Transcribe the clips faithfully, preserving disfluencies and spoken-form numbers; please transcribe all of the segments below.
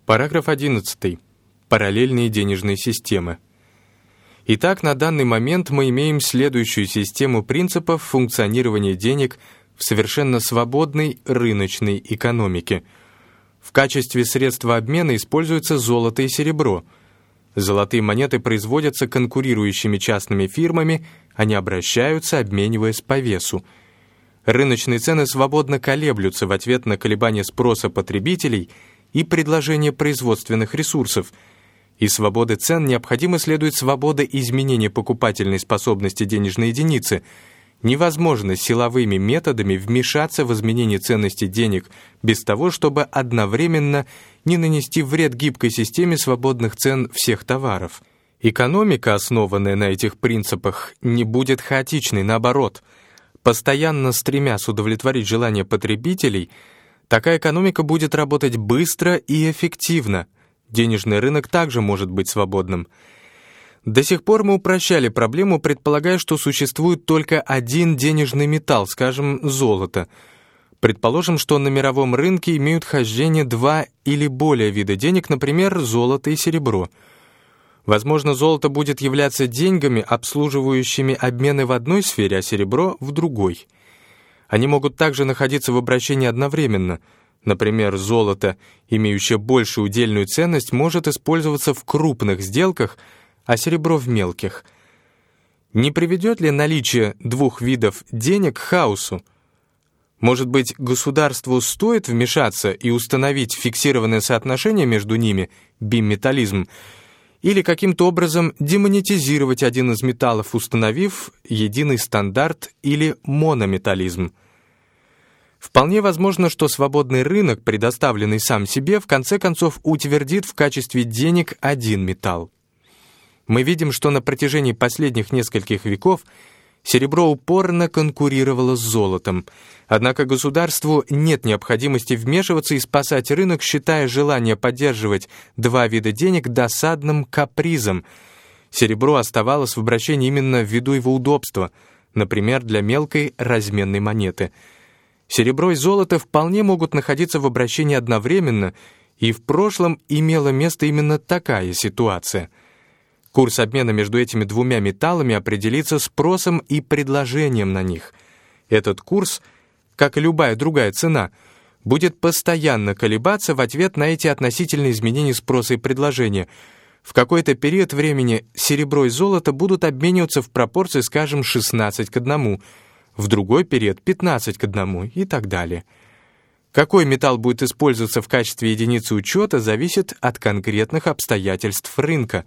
Параграф одиннадцатый. Параллельные денежные системы. Итак, на данный момент мы имеем следующую систему принципов функционирования денег в совершенно свободной рыночной экономике. В качестве средства обмена используются золото и серебро. Золотые монеты производятся конкурирующими частными фирмами, они обращаются, обмениваясь по весу. Рыночные цены свободно колеблются в ответ на колебания спроса потребителей и предложения производственных ресурсов. Из свободы цен необходимо следует свобода изменения покупательной способности денежной единицы. Невозможно силовыми методами вмешаться в изменение ценности денег без того, чтобы одновременно не нанести вред гибкой системе свободных цен всех товаров. Экономика, основанная на этих принципах, не будет хаотичной, наоборот. Постоянно стремясь удовлетворить желания потребителей, такая экономика будет работать быстро и эффективно. Денежный рынок также может быть свободным. До сих пор мы упрощали проблему, предполагая, что существует только один денежный металл, скажем, золото. Предположим, что на мировом рынке имеют хождение два или более вида денег, например, золото и серебро. Возможно, золото будет являться деньгами, обслуживающими обмены в одной сфере, а серебро — в другой. Они могут также находиться в обращении одновременно. Например, золото, имеющее большую удельную ценность, может использоваться в крупных сделках, а серебро в мелких. Не приведет ли наличие двух видов денег к хаосу? Может быть, государству стоит вмешаться и установить фиксированное соотношение между ними, биметаллизм, или каким-то образом демонетизировать один из металлов, установив единый стандарт или монометаллизм? Вполне возможно, что свободный рынок, предоставленный сам себе, в конце концов утвердит в качестве денег один металл. Мы видим, что на протяжении последних нескольких веков серебро упорно конкурировало с золотом. Однако государству нет необходимости вмешиваться и спасать рынок, считая желание поддерживать два вида денег досадным капризом. Серебро оставалось в обращении именно ввиду его удобства, например, для мелкой разменной монеты. Серебро и золото вполне могут находиться в обращении одновременно, и в прошлом имела место именно такая ситуация. Курс обмена между этими двумя металлами определится спросом и предложением на них. Этот курс, как и любая другая цена, будет постоянно колебаться в ответ на эти относительные изменения спроса и предложения. В какой-то период времени серебро и золото будут обмениваться в пропорции, скажем, шестнадцать к одному, в другой период пятнадцать к одному и так далее. Какой металл будет использоваться в качестве единицы учета, зависит от конкретных обстоятельств рынка.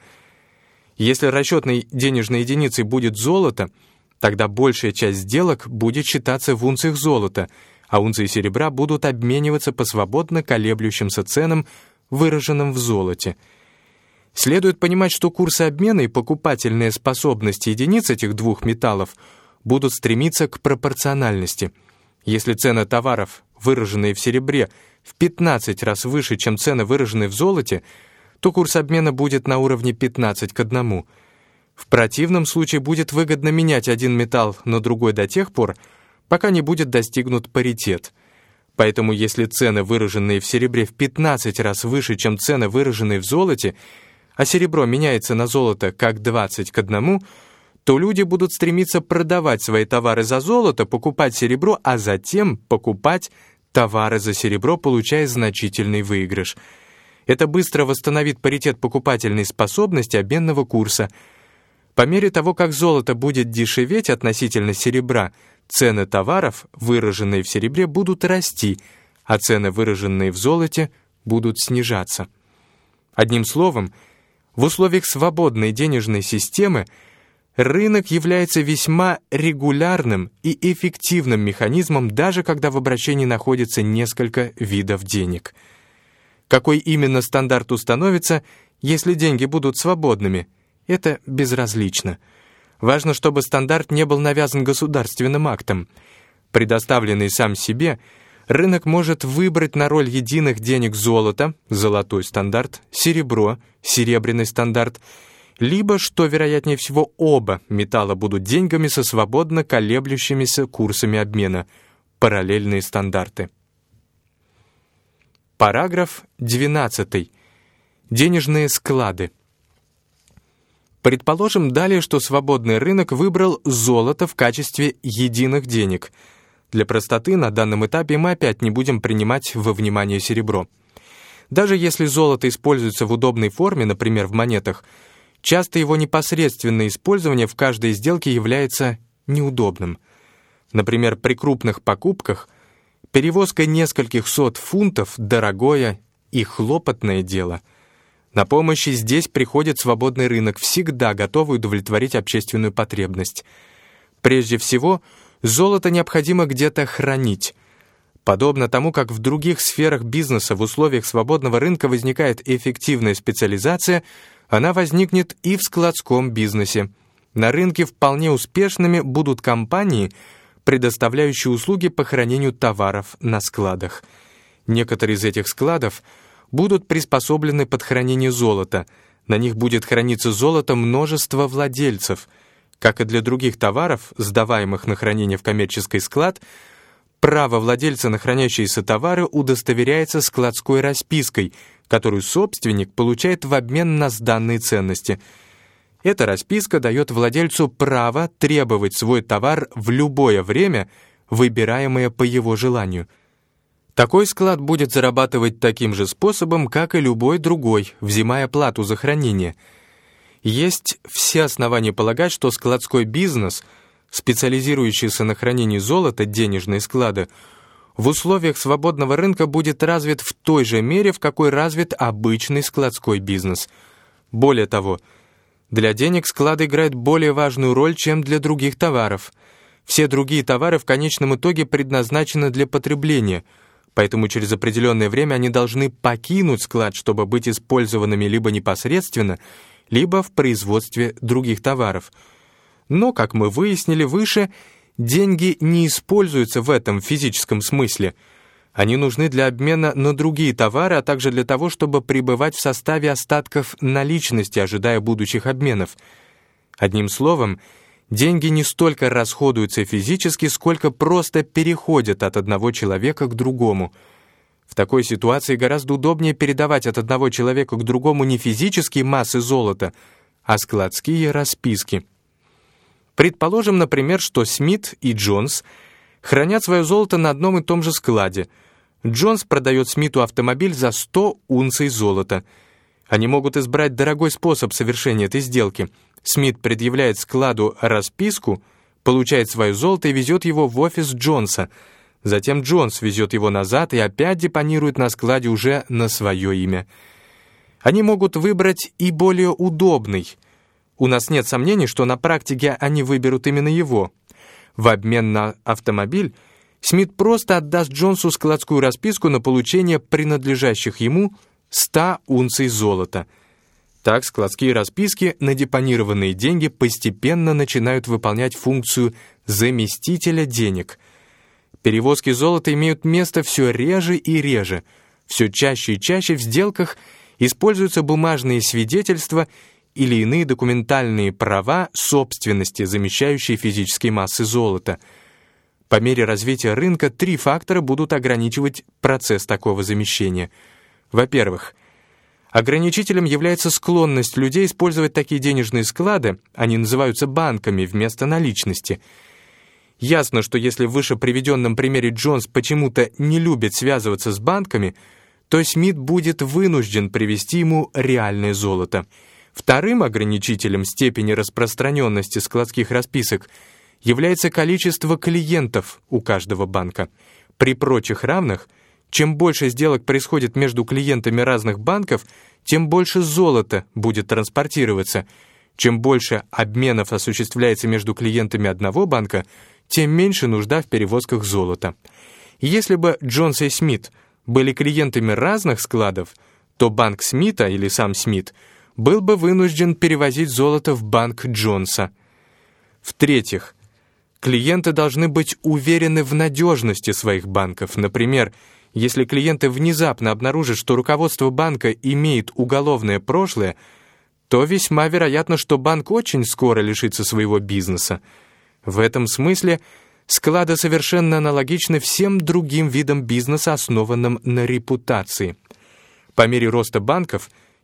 Если расчетной денежной единицей будет золото, тогда большая часть сделок будет считаться в унциях золота, а унции серебра будут обмениваться по свободно колеблющимся ценам, выраженным в золоте. Следует понимать, что курсы обмена и покупательная способность единиц этих двух металлов будут стремиться к пропорциональности. Если цены товаров, выраженные в серебре, в пятнадцать раз выше, чем цены, выраженные в золоте, то курс обмена будет на уровне пятнадцать к одному. В противном случае будет выгодно менять один металл на другой до тех пор, пока не будет достигнут паритет. Поэтому если цены, выраженные в серебре, в пятнадцать раз выше, чем цены, выраженные в золоте, а серебро меняется на золото как двадцать к одному, то люди будут стремиться продавать свои товары за золото, покупать серебро, а затем покупать товары за серебро, получая значительный выигрыш. Это быстро восстановит паритет покупательной способности обменного курса. По мере того, как золото будет дешеветь относительно серебра, цены товаров, выраженные в серебре, будут расти, а цены, выраженные в золоте, будут снижаться. Одним словом, в условиях свободной денежной системы рынок является весьма регулярным и эффективным механизмом, даже когда в обращении находится несколько видов денег. Какой именно стандарт установится, если деньги будут свободными, это безразлично. Важно, чтобы стандарт не был навязан государственным актом. Предоставленный сам себе, рынок может выбрать на роль единых денег золото, золотой стандарт, серебро, серебряный стандарт, либо, что вероятнее всего, оба металла будут деньгами со свободно колеблющимися курсами обмена, параллельные стандарты. Параграф двенадцатый. Денежные склады. Предположим далее, что свободный рынок выбрал золото в качестве единых денег. Для простоты на данном этапе мы опять не будем принимать во внимание серебро. Даже если золото используется в удобной форме, например, в монетах, часто его непосредственное использование в каждой сделке является неудобным. Например, при крупных покупках перевозка нескольких сот фунтов – дорогое и хлопотное дело. На помощь здесь приходит свободный рынок, всегда готовый удовлетворить общественную потребность. Прежде всего, золото необходимо где-то хранить. Подобно тому, как в других сферах бизнеса в условиях свободного рынка возникает эффективная специализация, она возникнет и в складском бизнесе. На рынке вполне успешными будут компании, предоставляющие услуги по хранению товаров на складах. Некоторые из этих складов будут приспособлены под хранение золота. На них будет храниться золото множества владельцев. Как и для других товаров, сдаваемых на хранение в коммерческий склад, право владельца на хранящиеся товары удостоверяется складской распиской, которую собственник получает в обмен на сданные ценности. Эта расписка дает владельцу право требовать свой товар в любое время, выбираемое по его желанию. Такой склад будет зарабатывать таким же способом, как и любой другой, взимая плату за хранение. Есть все основания полагать, что складской бизнес, специализирующийся на хранении золота, денежные склады, в условиях свободного рынка будет развит в той же мере, в какой развит обычный складской бизнес. Более того, для денег склады играют более важную роль, чем для других товаров. Все другие товары в конечном итоге предназначены для потребления, поэтому через определенное время они должны покинуть склад, чтобы быть использованными либо непосредственно, либо в производстве других товаров. Но, как мы выяснили выше, деньги не используются в этом физическом смысле. Они нужны для обмена на другие товары, а также для того, чтобы пребывать в составе остатков наличности, ожидая будущих обменов. Одним словом, деньги не столько расходуются физически, сколько просто переходят от одного человека к другому. В такой ситуации гораздо удобнее передавать от одного человека к другому не физические массы золота, а складские расписки. Предположим, например, что Смит и Джонс хранят свое золото на одном и том же складе. Джонс продает Смиту автомобиль за сто унций золота. Они могут избрать дорогой способ совершения этой сделки. Смит предъявляет складу расписку, получает свое золото и везет его в офис Джонса. Затем Джонс везет его назад и опять депонирует на складе уже на свое имя. Они могут выбрать и более удобный. У нас нет сомнений, что на практике они выберут именно его. В обмен на автомобиль Смит просто отдаст Джонсу складскую расписку на получение принадлежащих ему ста унций золота. Так складские расписки на депонированные деньги постепенно начинают выполнять функцию заместителя денег. Перевозки золота имеют место все реже и реже. Все чаще и чаще в сделках используются бумажные свидетельства или иные документальные права собственности, замещающие физические массы золота. По мере развития рынка три фактора будут ограничивать процесс такого замещения. Во-первых, ограничителем является склонность людей использовать такие денежные склады, они называются банками, вместо наличности. Ясно, что если в выше приведенном примере Джонс почему-то не любит связываться с банками, то Смит будет вынужден привезти ему реальное золото. Вторым ограничителем степени распространенности складских расписок является количество клиентов у каждого банка. При прочих равных, чем больше сделок происходит между клиентами разных банков, тем больше золота будет транспортироваться. Чем больше обменов осуществляется между клиентами одного банка, тем меньше нужда в перевозках золота. Если бы Джонс и Смит были клиентами разных складов, то банк Смита или сам Смит был бы вынужден перевозить золото в банк Джонса. В-третьих, клиенты должны быть уверены в надежности своих банков. Например, если клиенты внезапно обнаружат, что руководство банка имеет уголовное прошлое, то весьма вероятно, что банк очень скоро лишится своего бизнеса. В этом смысле склады совершенно аналогичны всем другим видам бизнеса, основанным на репутации. По мере роста банков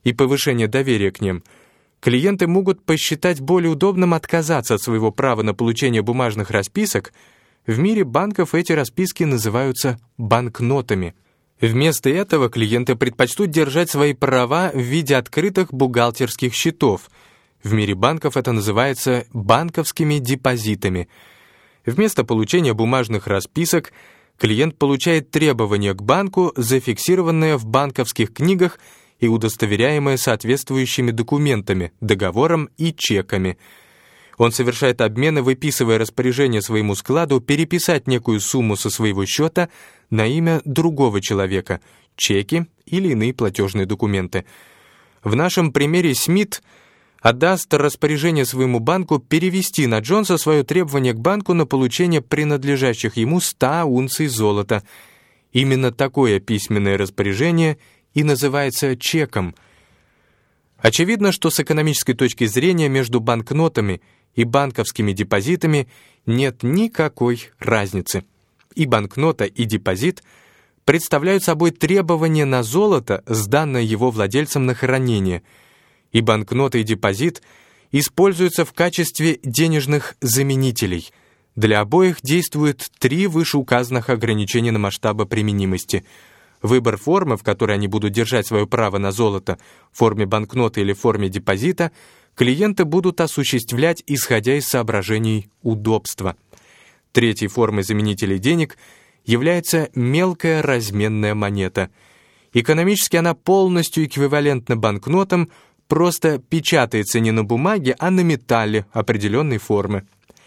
и повышения доверия к ним, клиенты могут посчитать более удобным отказаться от своего права на получение бумажных расписок. В мире банков эти расписки называются банкнотами. Вместо этого клиенты предпочтут держать свои права в виде открытых бухгалтерских счетов. В мире банков это называется банковскими депозитами. Вместо получения бумажных расписок клиент получает требования к банку, зафиксированные в банковских книгах и удостоверяемые соответствующими документами, договором и чеками. Он совершает обмены, выписывая распоряжение своему складу переписать некую сумму со своего счета на имя другого человека, чеки или иные платежные документы. В нашем примере Смит отдаст распоряжение своему банку перевести на Джонса свое требование к банку на получение принадлежащих ему ста унций золота. Именно такое письменное распоряжение и называется чеком. Очевидно, что с экономической точки зрения между банкнотами и банковскими депозитами нет никакой разницы. И банкнота, и депозит представляют собой требование на золото, сданное его владельцем на хранение. И банкнота, и депозит используются в качестве денежных заменителей. Для обоих действуют три вышеуказанных ограничения на масштаба применимости. Выбор формы, в которой они будут держать свое право на золото, в форме банкноты или в форме депозита, клиенты будут осуществлять, исходя из соображений удобства. Третьей формой заменителей денег является мелкая разменная монета. Экономически она полностью эквивалентна банкнотам, просто печатается не на бумаге, а на металле определенной формы.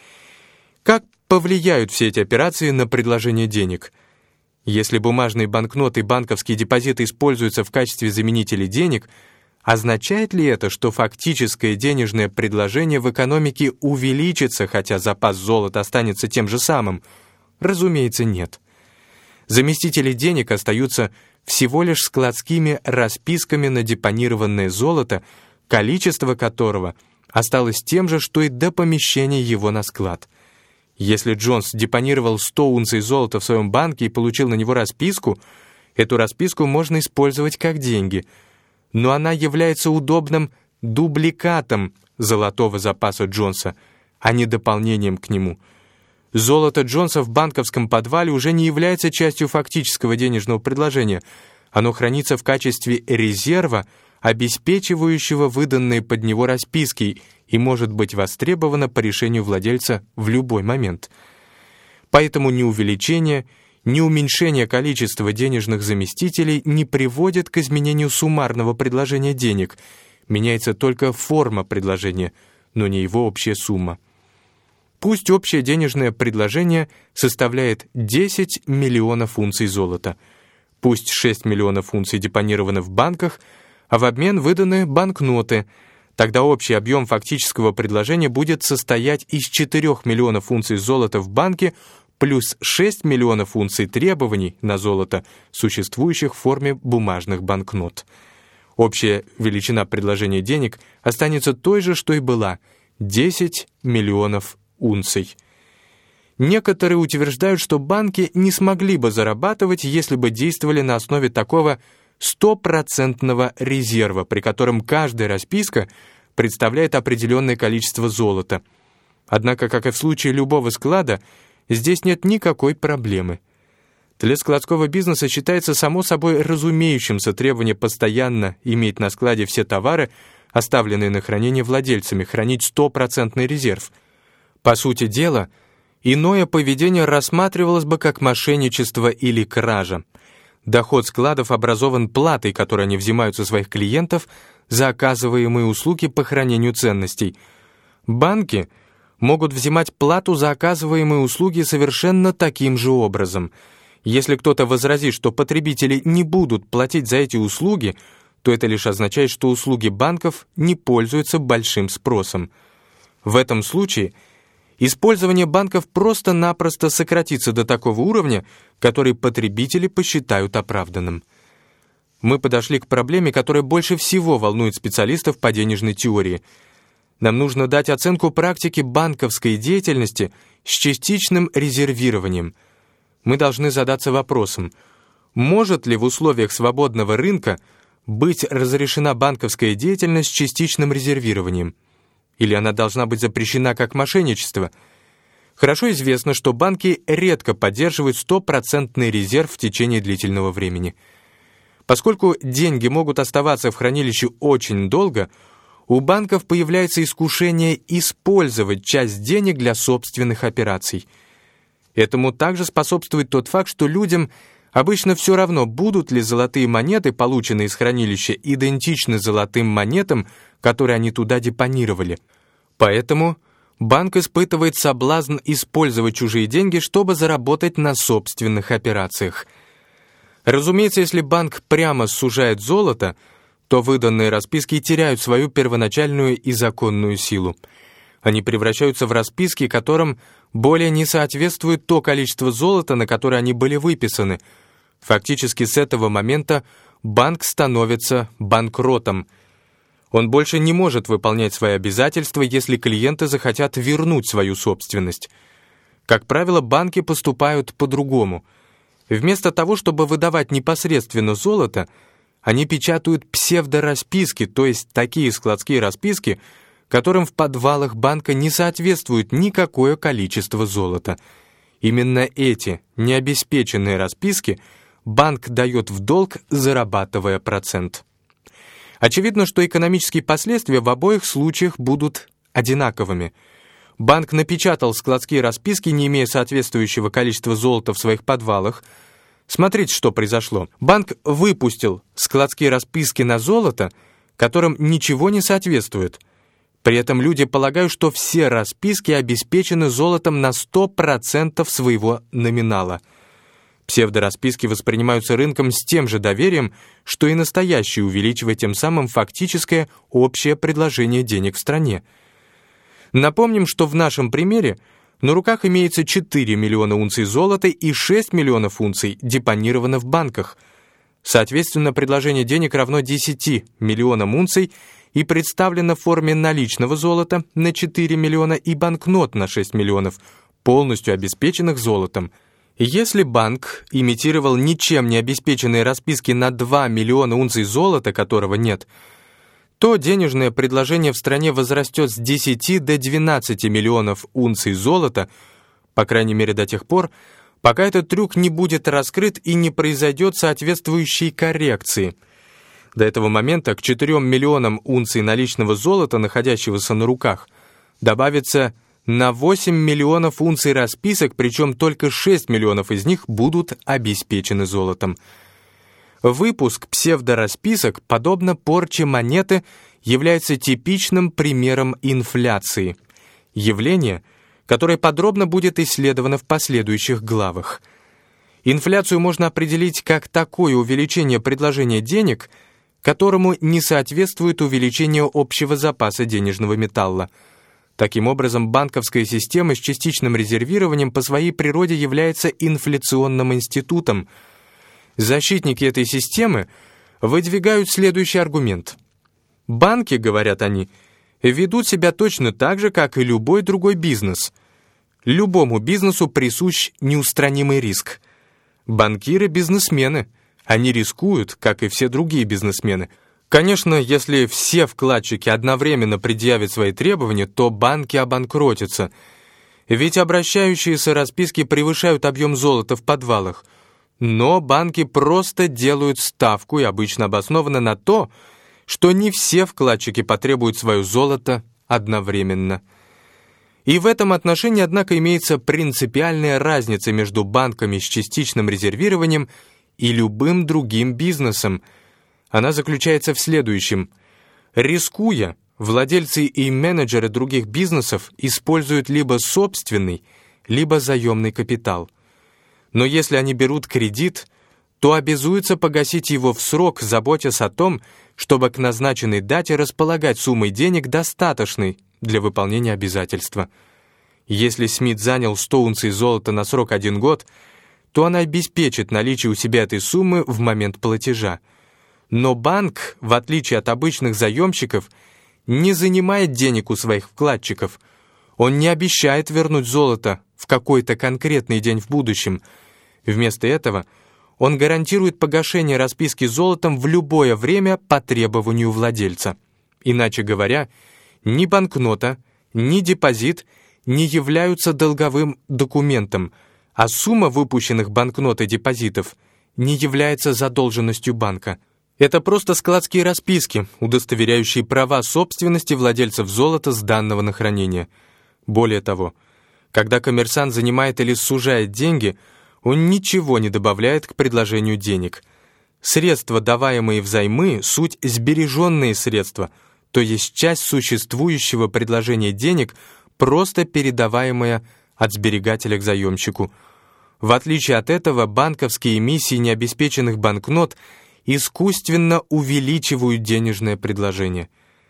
Как повлияют все эти операции на предложение денег? Если бумажные банкноты и банковские депозиты используются в качестве заменителей денег, означает ли это, что фактическое денежное предложение в экономике увеличится, хотя запас золота останется тем же самым? Разумеется, нет. Заместители денег остаются всего лишь складскими расписками на депонированное золото, количество которого осталось тем же, что и до помещения его на склад. Если Джонс депонировал сто унций золота в своем банке и получил на него расписку, эту расписку можно использовать как деньги, но она является удобным дубликатом золотого запаса Джонса, а не дополнением к нему. Золото Джонса в банковском подвале уже не является частью фактического денежного предложения. Оно хранится в качестве резерва, обеспечивающего выданные под него расписки, и может быть востребовано по решению владельца в любой момент. Поэтому ни увеличение, ни уменьшение количества денежных заместителей не приводит к изменению суммарного предложения денег. Меняется только форма предложения, но не его общая сумма. Пусть общее денежное предложение составляет десять миллионов унций золота. Пусть шесть миллионов унций депонировано в банках, а в обмен выданы банкноты. Тогда общий объем фактического предложения будет состоять из четырёх миллионов унций золота в банке плюс шесть миллионов унций требований на золото, существующих в форме бумажных банкнот. Общая величина предложения денег останется той же, что и была – десять миллионов унций. Некоторые утверждают, что банки не смогли бы зарабатывать, если бы действовали на основе такого стопроцентного резерва, при котором каждая расписка представляет определенное количество золота. Однако, как и в случае любого склада, здесь нет никакой проблемы. Для складского бизнеса считается само собой разумеющимся требование постоянно иметь на складе все товары, оставленные на хранение владельцами, хранить стопроцентный резерв. По сути дела, иное поведение рассматривалось бы как мошенничество или кража. Доход складов образован платой, которую они взимают со своих клиентов за оказываемые услуги по хранению ценностей. Банки могут взимать плату за оказываемые услуги совершенно таким же образом. Если кто-то возразит, что потребители не будут платить за эти услуги, то это лишь означает, что услуги банков не пользуются большим спросом. В этом случае использование банков просто-напросто сократится до такого уровня, который потребители посчитают оправданным. Мы подошли к проблеме, которая больше всего волнует специалистов по денежной теории. Нам нужно дать оценку практике банковской деятельности с частичным резервированием. Мы должны задаться вопросом, может ли в условиях свободного рынка быть разрешена банковская деятельность с частичным резервированием? Или она должна быть запрещена как мошенничество? Хорошо известно, что банки редко поддерживают стопроцентный резерв в течение длительного времени. Поскольку деньги могут оставаться в хранилище очень долго, у банков появляется искушение использовать часть денег для собственных операций. Этому также способствует тот факт, что людям обычно все равно, будут ли золотые монеты, полученные из хранилища, идентичны золотым монетам, которые они туда депонировали. Поэтому банк испытывает соблазн использовать чужие деньги, чтобы заработать на собственных операциях. Разумеется, если банк прямо сужает золото, то выданные расписки теряют свою первоначальную и законную силу. Они превращаются в расписки, которым более не соответствует то количество золота, на которое они были выписаны. Фактически с этого момента банк становится банкротом. Он больше не может выполнять свои обязательства, если клиенты захотят вернуть свою собственность. Как правило, банки поступают по-другому. Вместо того, чтобы выдавать непосредственно золото, они печатают псевдорасписки, то есть такие складские расписки, которым в подвалах банка не соответствует никакое количество золота. Именно эти необеспеченные расписки банк дает в долг, зарабатывая процент. Очевидно, что экономические последствия в обоих случаях будут одинаковыми. Банк напечатал складские расписки, не имея соответствующего количества золота в своих подвалах. Смотрите, что произошло. Банк выпустил складские расписки на золото, которым ничего не соответствует. При этом люди полагают, что все расписки обеспечены золотом на сто процентов своего номинала. Псевдорасписки воспринимаются рынком с тем же доверием, что и настоящие, увеличивая тем самым фактическое общее предложение денег в стране. Напомним, что в нашем примере на руках имеется четыре миллиона унций золота и шесть миллионов унций депонировано в банках. Соответственно, предложение денег равно десяти миллионам унций и представлено в форме наличного золота на четыре миллиона и банкнот на шесть миллионов, полностью обеспеченных золотом. Если банк имитировал ничем не обеспеченные расписки на два миллиона унций золота, которого нет, то денежное предложение в стране возрастет с десяти до двенадцати миллионов унций золота, по крайней мере до тех пор, пока этот трюк не будет раскрыт и не произойдет соответствующей коррекции. До этого момента к четырем миллионам унций наличного золота, находящегося на руках, добавится на восемь миллионов унций расписок, причем только шесть миллионов из них будут обеспечены золотом. Выпуск псевдорасписок, подобно порче монеты, является типичным примером инфляции. Явление, которое подробно будет исследовано в последующих главах. Инфляцию можно определить как такое увеличение предложения денег, которому не соответствует увеличение общего запаса денежного металла. Таким образом, банковская система с частичным резервированием по своей природе является инфляционным институтом. Защитники этой системы выдвигают следующий аргумент. Банки, говорят они, ведут себя точно так же, как и любой другой бизнес. Любому бизнесу присущ неустранимый риск. Банкиры – бизнесмены. Они рискуют, как и все другие бизнесмены. Конечно, если все вкладчики одновременно предъявят свои требования, то банки обанкротятся. Ведь обращающиеся расписки превышают объем золота в подвалах. Но банки просто делают ставку, и обычно обоснованно, на то, что не все вкладчики потребуют свое золото одновременно. И в этом отношении, однако, имеется принципиальная разница между банками с частичным резервированием и любым другим бизнесом. Она заключается в следующем. Рискуя, владельцы и менеджеры других бизнесов используют либо собственный, либо заемный капитал. Но если они берут кредит, то обязуются погасить его в срок, заботясь о том, чтобы к назначенной дате располагать суммой денег, достаточной для выполнения обязательства. Если Смит занял сто унций золота на срок один год, то она обеспечит наличие у себя этой суммы в момент платежа. Но банк, в отличие от обычных заемщиков, не занимает денег у своих вкладчиков. Он не обещает вернуть золото в какой-то конкретный день в будущем. Вместо этого Он гарантирует погашение расписки золотом в любое время по требованию владельца. Иначе говоря, ни банкнота, ни депозит не являются долговым документом, а сумма выпущенных банкнот и депозитов не является задолженностью банка. Это просто складские расписки, удостоверяющие права собственности владельцев золота, сданного на хранение. Более того, когда коммерсант занимает или сужает деньги, он ничего не добавляет к предложению денег. Средства, даваемые взаймы, суть сбереженные средства, то есть часть существующего предложения денег, просто передаваемая от сберегателя к заемщику. В отличие от этого, банковские эмиссии необеспеченных банкнот искусственно увеличивают денежное предложение.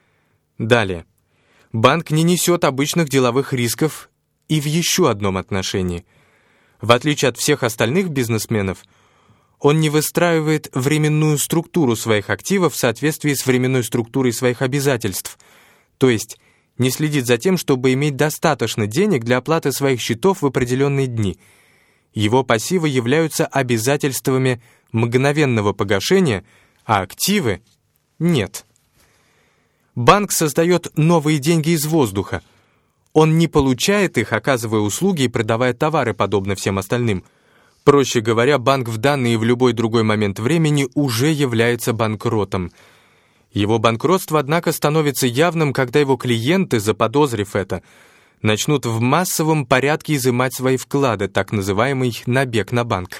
Далее. Банк не несет обычных деловых рисков и в еще одном отношении. В отличие от всех остальных бизнесменов, он не выстраивает временную структуру своих активов в соответствии с временной структурой своих обязательств, то есть не следит за тем, чтобы иметь достаточно денег для оплаты своих счетов в определенные дни. Его пассивы являются обязательствами мгновенного погашения, а активы — нет. Банк создает новые деньги из воздуха. Он не получает их, оказывая услуги и продавая товары, подобно всем остальным. Проще говоря, банк в данный и в любой другой момент времени уже является банкротом. Его банкротство, однако, становится явным, когда его клиенты, заподозрив это, начнут в массовом порядке изымать свои вклады, так называемый набег на банк.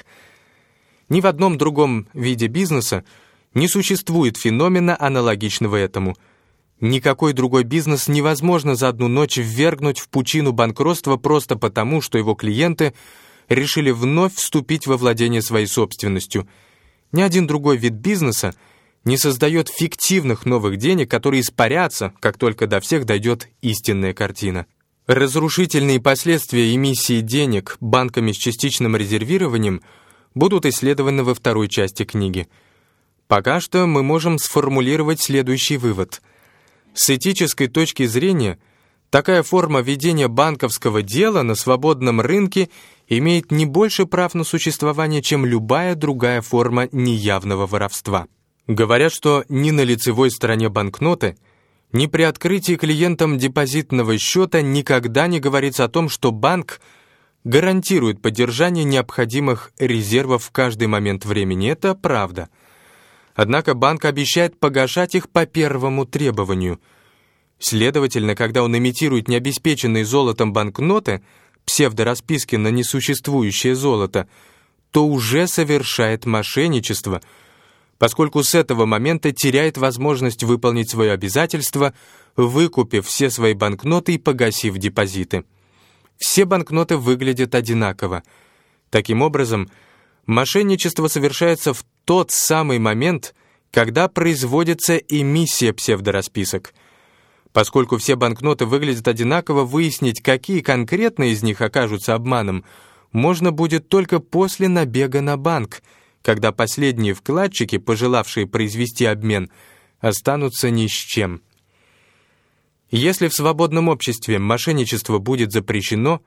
Ни в одном другом виде бизнеса не существует феномена, аналогичного этому. Никакой другой бизнес невозможно за одну ночь ввергнуть в пучину банкротства просто потому, что его клиенты решили вновь вступить во владение своей собственностью. Ни один другой вид бизнеса не создает фиктивных новых денег, которые испарятся, как только до всех дойдет истинная картина. Разрушительные последствия эмиссии денег банками с частичным резервированием будут исследованы во второй части книги. Пока что мы можем сформулировать следующий вывод. С этической точки зрения, такая форма ведения банковского дела на свободном рынке имеет не больше прав на существование, чем любая другая форма неявного воровства. Говорят, что ни на лицевой стороне банкноты, ни при открытии клиентам депозитного счета никогда не говорится о том, что банк гарантирует поддержание необходимых резервов в каждый момент времени. Это правда. Однако банк обещает погашать их по первому требованию. Следовательно, когда он имитирует необеспеченные золотом банкноты, псевдорасписки на несуществующее золото, то уже совершает мошенничество, поскольку с этого момента теряет возможность выполнить свое обязательство, выкупив все свои банкноты и погасив депозиты. Все банкноты выглядят одинаково. Таким образом, мошенничество совершается в тот самый момент, когда производится эмиссия псевдорасписок. Поскольку все банкноты выглядят одинаково, выяснить, какие конкретно из них окажутся обманом, можно будет только после набега на банк, когда последние вкладчики, пожелавшие произвести обмен, останутся ни с чем. Если в свободном обществе мошенничество будет запрещено,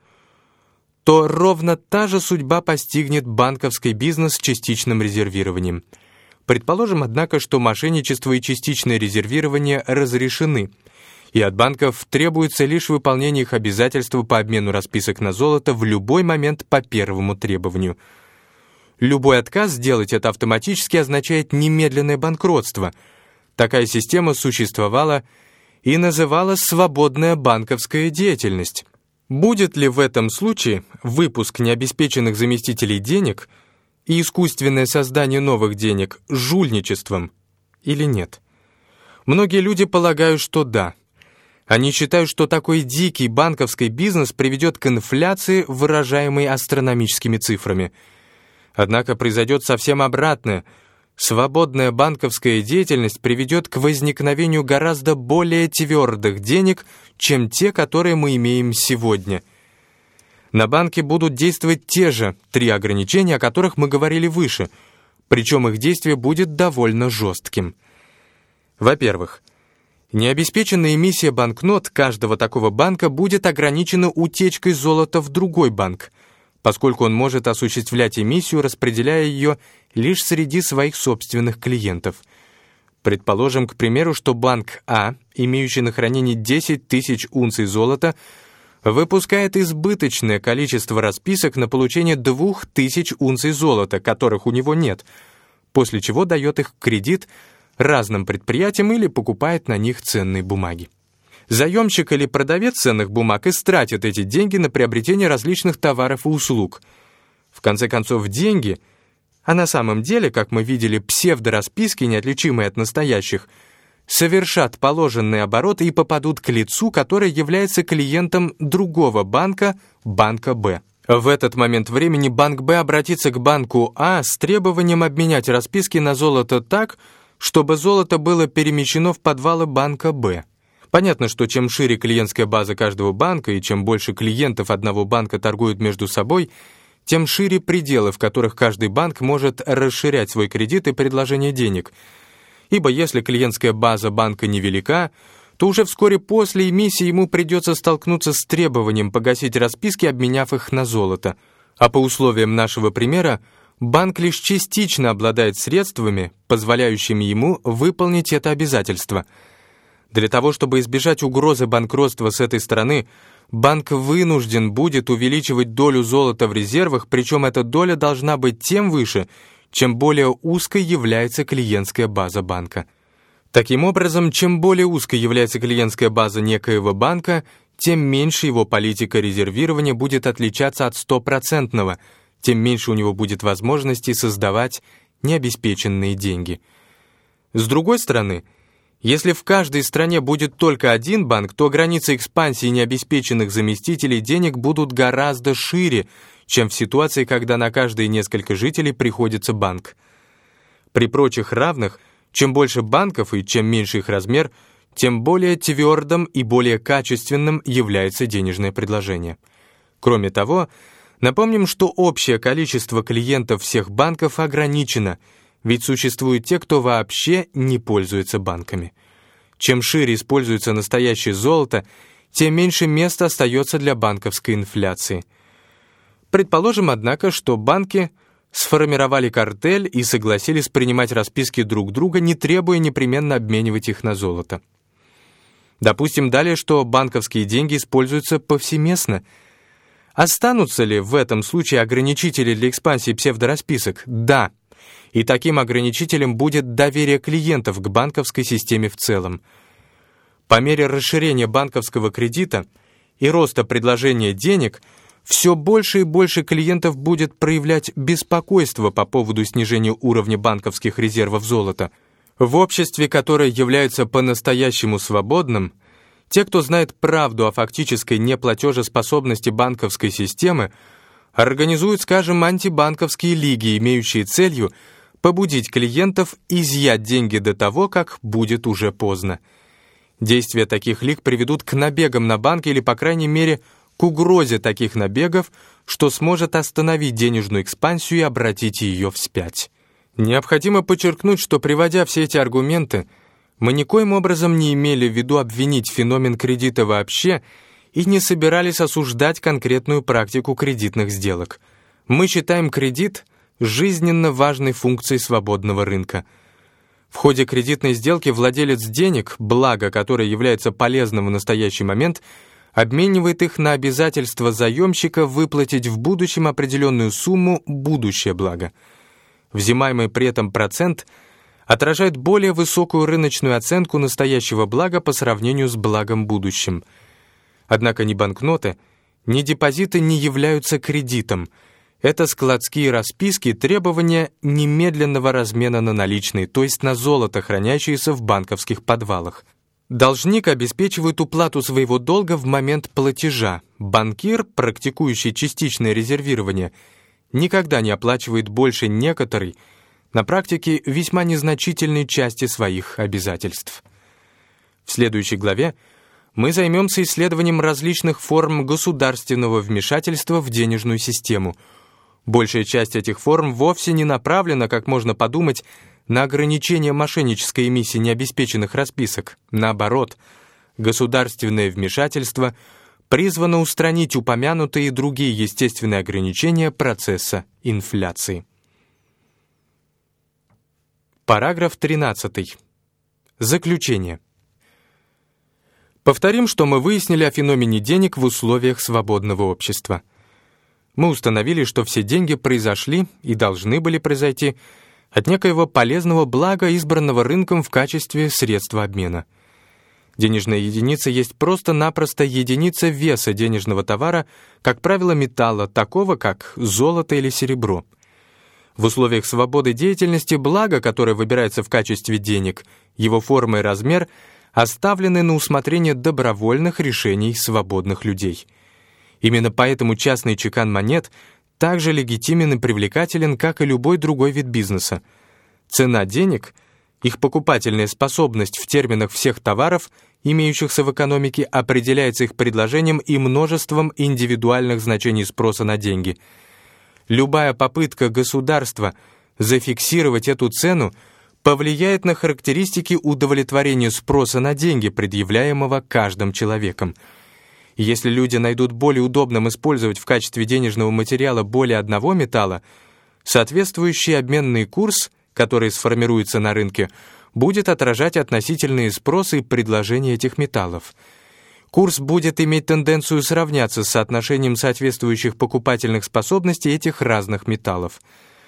то ровно та же судьба постигнет банковский бизнес с частичным резервированием. Предположим, однако, что мошенничество и частичное резервирование разрешены, и от банков требуется лишь выполнение их обязательства по обмену расписок на золото в любой момент по первому требованию. Любой отказ сделать это автоматически означает немедленное банкротство. Такая система существовала и называлась «свободная банковская деятельность». Будет ли в этом случае выпуск необеспеченных заместителей денег и искусственное создание новых денег жульничеством или нет? Многие люди полагают, что да. Они считают, что такой дикий банковский бизнес приведет к инфляции, выражаемой астрономическими цифрами. Однако произойдет совсем обратное. Свободная банковская деятельность приведет к возникновению гораздо более твердых денег, чем те, которые мы имеем сегодня. На банке будут действовать те же три ограничения, о которых мы говорили выше, причем их действие будет довольно жестким. Во-первых, необеспеченная эмиссия банкнот каждого такого банка будет ограничена утечкой золота в другой банк. поскольку он может осуществлять эмиссию, распределяя ее лишь среди своих собственных клиентов. Предположим, к примеру, что банк А, имеющий на хранении десять тысяч унций золота, выпускает избыточное количество расписок на получение двух тысяч унций золота, которых у него нет, после чего дает их в кредит разным предприятиям или покупает на них ценные бумаги. Заемщик или продавец ценных бумаг истратит эти деньги на приобретение различных товаров и услуг. В конце концов, деньги, а на самом деле, как мы видели, псевдорасписки, неотличимые от настоящих, совершат положенный оборот и попадут к лицу, которое является клиентом другого банка, банка Б. В этот момент времени банк Б обратится к банку А с требованием обменять расписки на золото так, чтобы золото было перемещено в подвалы банка Б. Понятно, что чем шире клиентская база каждого банка и чем больше клиентов одного банка торгуют между собой, тем шире пределы, в которых каждый банк может расширять свой кредит и предложение денег. Ибо если клиентская база банка невелика, то уже вскоре после эмиссии ему придется столкнуться с требованием погасить расписки, обменяв их на золото. А по условиям нашего примера, банк лишь частично обладает средствами, позволяющими ему выполнить это обязательство. Для того, чтобы избежать угрозы банкротства с этой стороны, банк вынужден будет увеличивать долю золота в резервах, причем эта доля должна быть тем выше, чем более узкой является клиентская база банка. Таким образом, чем более узкой является клиентская база некоего банка, тем меньше его политика резервирования будет отличаться от стопроцентного, тем меньше у него будет возможности создавать необеспеченные деньги. С другой стороны, если в каждой стране будет только один банк, то границы экспансии необеспеченных заместителей денег будут гораздо шире, чем в ситуации, когда на каждые несколько жителей приходится банк. При прочих равных, чем больше банков и чем меньше их размер, тем более твердым и более качественным является денежное предложение. Кроме того, напомним, что общее количество клиентов всех банков ограничено, ведь существуют те, кто вообще не пользуется банками. Чем шире используется настоящее золото, тем меньше места остается для банковской инфляции. Предположим, однако, что банки сформировали картель и согласились принимать расписки друг друга, не требуя непременно обменивать их на золото. Допустим далее, что банковские деньги используются повсеместно. Останутся ли в этом случае ограничители для экспансии псевдорасписок? Да. И таким ограничителем будет доверие клиентов к банковской системе в целом. По мере расширения банковского кредита и роста предложения денег, все больше и больше клиентов будет проявлять беспокойство по поводу снижения уровня банковских резервов золота. В обществе, которое является по-настоящему свободным, те, кто знает правду о фактической неплатежеспособности банковской системы, организуют, скажем, антибанковские лиги, имеющие целью побудить клиентов изъять деньги до того, как будет уже поздно. Действия таких лиг приведут к набегам на банки или, по крайней мере, к угрозе таких набегов, что сможет остановить денежную экспансию и обратить ее вспять. Необходимо подчеркнуть, что, приводя все эти аргументы, мы никоим образом не имели в виду обвинить феномен кредита вообще и не собирались осуждать конкретную практику кредитных сделок. Мы считаем кредит жизненно важной функцией свободного рынка. В ходе кредитной сделки владелец денег, благо которое является полезным в настоящий момент, обменивает их на обязательство заемщика выплатить в будущем определенную сумму будущее благо. Взимаемый при этом процент отражает более высокую рыночную оценку настоящего блага по сравнению с благом будущим. Однако ни банкноты, ни депозиты не являются кредитом. Это складские расписки, требования немедленного размена на наличные, то есть на золото, хранящееся в банковских подвалах. Должник обеспечивает уплату своего долга в момент платежа. Банкир, практикующий частичное резервирование, никогда не оплачивает больше некоторой, на практике весьма незначительной части своих обязательств. В следующей главе мы займемся исследованием различных форм государственного вмешательства в денежную систему. Большая часть этих форм вовсе не направлена, как можно подумать, на ограничение мошеннической эмиссии необеспеченных расписок. Наоборот, государственное вмешательство призвана устранить упомянутые другие естественные ограничения процесса инфляции. Параграф тринадцатый. Заключение. Повторим, что мы выяснили о феномене денег в условиях свободного общества. Мы установили, что все деньги произошли и должны были произойти от некоего полезного блага, избранного рынком в качестве средства обмена. Денежная единица есть просто-напросто единица веса денежного товара, как правило, металла, такого как золото или серебро. В условиях свободы деятельности благо, которое выбирается в качестве денег, его форма и размер оставлены на усмотрение добровольных решений свободных людей. Именно поэтому частный чекан монет так же легитимен и привлекателен, как и любой другой вид бизнеса. Цена денег, их покупательная способность в терминах всех товаров, имеющихся в экономике, определяется их предложением и множеством индивидуальных значений спроса на деньги. Любая попытка государства зафиксировать эту цену повлияет на характеристики удовлетворения спроса на деньги, предъявляемого каждым человеком. Если люди найдут более удобным использовать в качестве денежного материала более одного металла, соответствующий обменный курс, который сформируется на рынке, будет отражать относительные спросы и предложения этих металлов. Курс будет иметь тенденцию сравняться с соотношением соответствующих покупательных способностей этих разных металлов.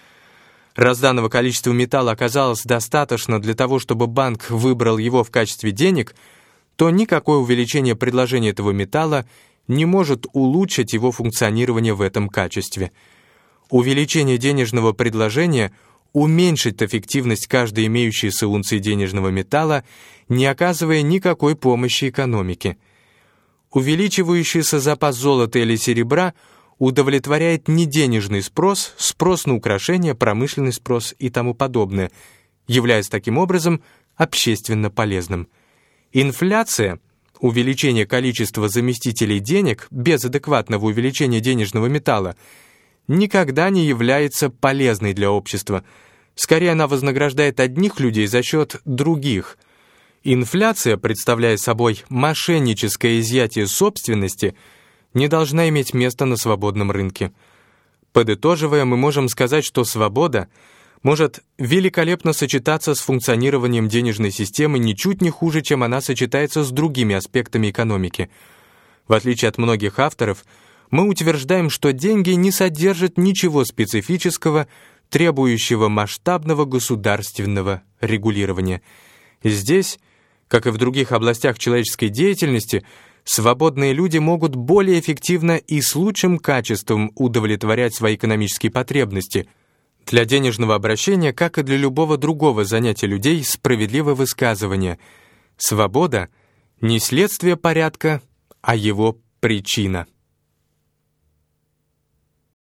Раз данного количества металла оказалось достаточно для того, чтобы банк выбрал его в качестве денег, то никакое увеличение предложения этого металла не может улучшить его функционирование в этом качестве. Увеличение денежного предложения уменьшит эффективность каждой имеющейся унции денежного металла, не оказывая никакой помощи экономике. Увеличивающийся запас золота или серебра удовлетворяет не денежный спрос, спрос на украшения, промышленный спрос и тому подобное, являясь таким образом общественно полезным. Инфляция, увеличение количества заместителей денег без адекватного увеличения денежного металла, никогда не является полезной для общества. Скорее, она вознаграждает одних людей за счет других. Инфляция, представляя собой мошенническое изъятие собственности, не должна иметь места на свободном рынке. Подытоживая, мы можем сказать, что свобода может великолепно сочетаться с функционированием денежной системы ничуть не хуже, чем она сочетается с другими аспектами экономики. В отличие от многих авторов, мы утверждаем, что деньги не содержат ничего специфического, требующего масштабного государственного регулирования. Здесь, как и в других областях человеческой деятельности, свободные люди могут более эффективно и с лучшим качеством удовлетворять свои экономические потребности. Для денежного обращения, как и для любого другого занятия людей, справедливо высказывание: свобода не следствие порядка, а его причина.